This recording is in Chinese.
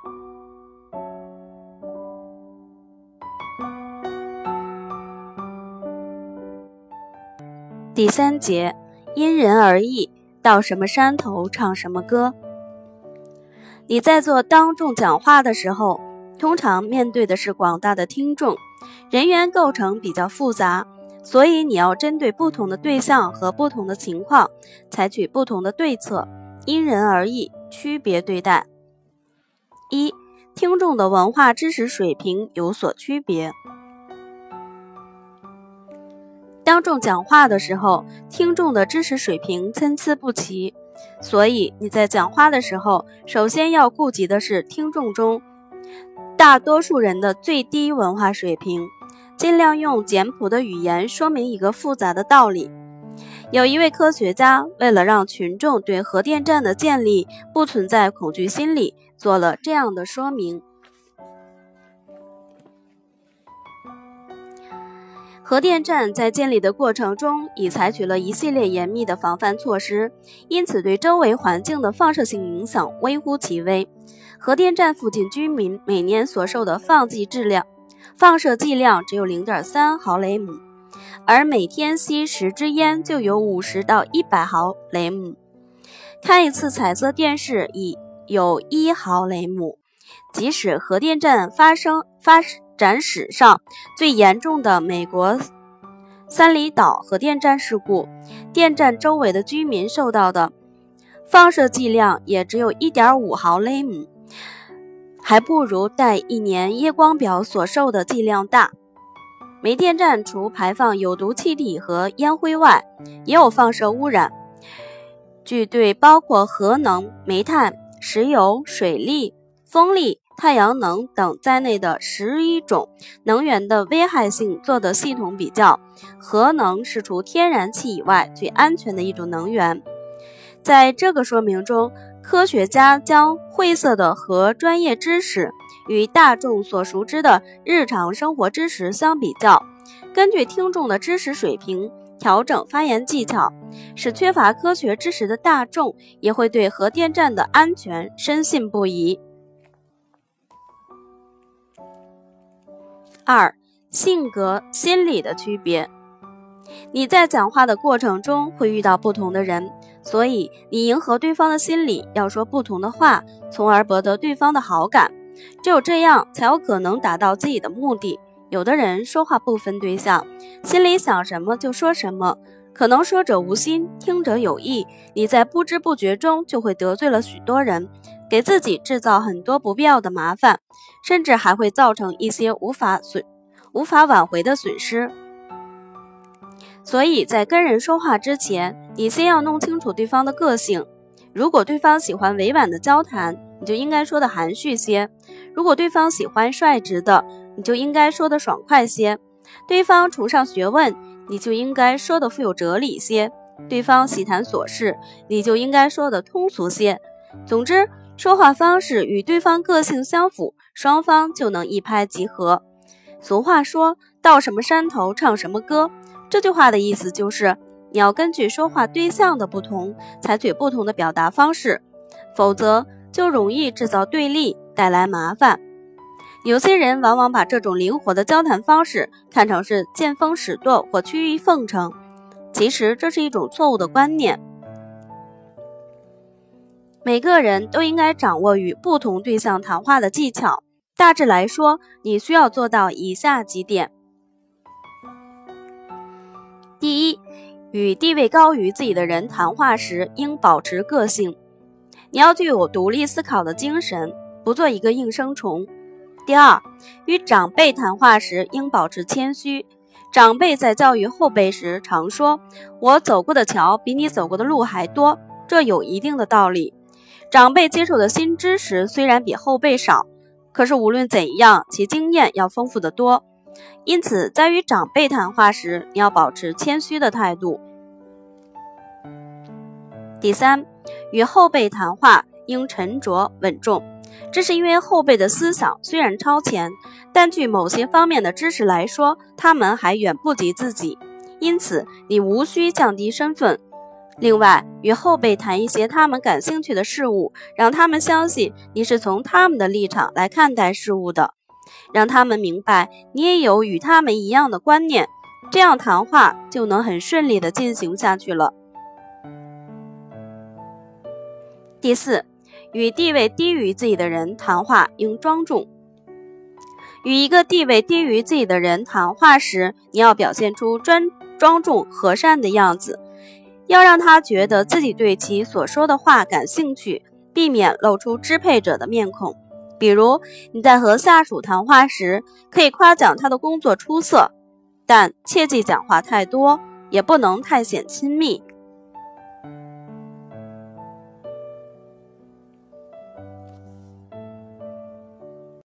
第3节，因人而异，到什么山头唱什么歌。你在做当众讲话的时候，通常面对的是广大的听众，人员构成比较复杂，所以你要针对不同的对象和不同的情况，采取不同的对策，因人而异，区别对待。1. 听众的文化知识水平有所区别。当众讲话的时候，听众的知识水平参差不齐，所以你在讲话的时候，首先要顾及的是听众中大多数人的最低文化水平，尽量用简朴的语言说明一个复杂的道理。有一位科学家为了让群众对核电站的建立不存在恐惧心理，做了这样的说明。核电站在建立的过程中已采取了一系列严密的防范措施，因此对周围环境的放射性影响微乎其微。核电站附近居民每年所受的放射剂量只有 0.3 毫雷姆，而每天吸10支烟就有50到100毫雷姆。看一次彩色电视已有1毫雷姆。即使核电站发展史上最严重的美国三里岛核电站事故，电站周围的居民受到的放射剂量也只有 1.5 毫雷姆，还不如戴一年夜光表所受的剂量大。煤电站除排放有毒气体和烟灰外，也有放射污染。据对包括核能、煤炭、石油、水力、风力、太阳能等在内的11种能源的危害性做的系统比较，核能是除天然气以外最安全的一种能源。在这个说明中，科学家将晦涩的核专业知识与大众所熟知的日常生活知识相比较，根据听众的知识水平调整发言技巧，使缺乏科学知识的大众也会对核电站的安全深信不疑。2. 性格心理的区别。你在讲话的过程中会遇到不同的人，所以你迎合对方的心理，要说不同的话，从而博得对方的好感。只有这样才有可能达到自己的目的。有的人说话不分对象，心里想什么就说什么，可能说者无心，听者有意，你在不知不觉中就会得罪了许多人，给自己制造很多不必要的麻烦，甚至还会造成一些无法挽回的损失。所以在跟人说话之前，你先要弄清楚对方的个性。如果对方喜欢委婉的交谈，你就应该说的含蓄些；如果对方喜欢率直的，你就应该说的爽快些；对方崇尚学问，你就应该说的富有哲理些；对方喜谈琐事，你就应该说的通俗些。总之，说话方式与对方个性相符，双方就能一拍即合。俗话说，到什么山头唱什么歌，这句话的意思就是你要根据说话对象的不同，采取不同的表达方式，否则就容易制造对立，带来麻烦。有些人往往把这种灵活的交谈方式看成是见风使舵或趋于奉承，其实这是一种错误的观念。每个人都应该掌握与不同对象谈话的技巧，大致来说，你需要做到以下几点。第一，与地位高于自己的人谈话时应保持个性，你要具有独立思考的精神，不做一个应声虫。第二，与长辈谈话时应保持谦虚，长辈在教育后辈时常说，我走过的桥比你走过的路还多，这有一定的道理。长辈接受的新知识虽然比后辈少，可是无论怎样，其经验要丰富得多。因此，在与长辈谈话时，你要保持谦虚的态度。第三，与后辈谈话应沉着稳重，这是因为后辈的思想虽然超前，但据某些方面的知识来说，他们还远不及自己。因此，你无需降低身份， 另外，与后辈谈一些他们感兴趣的事物，让他们相信你是从他们的立场来看待事物的，让他们明白你也有与他们一样的观念，这样谈话就能很顺利地进行下去了。第四，与地位低于自己的人谈话应庄重。与一个地位低于自己的人谈话时，你要表现出庄重和善的样子，要让他觉得自己对其所说的话感兴趣，避免露出支配者的面孔。比如你在和下属谈话时，可以夸奖他的工作出色，但切忌讲话太多，也不能太显亲密，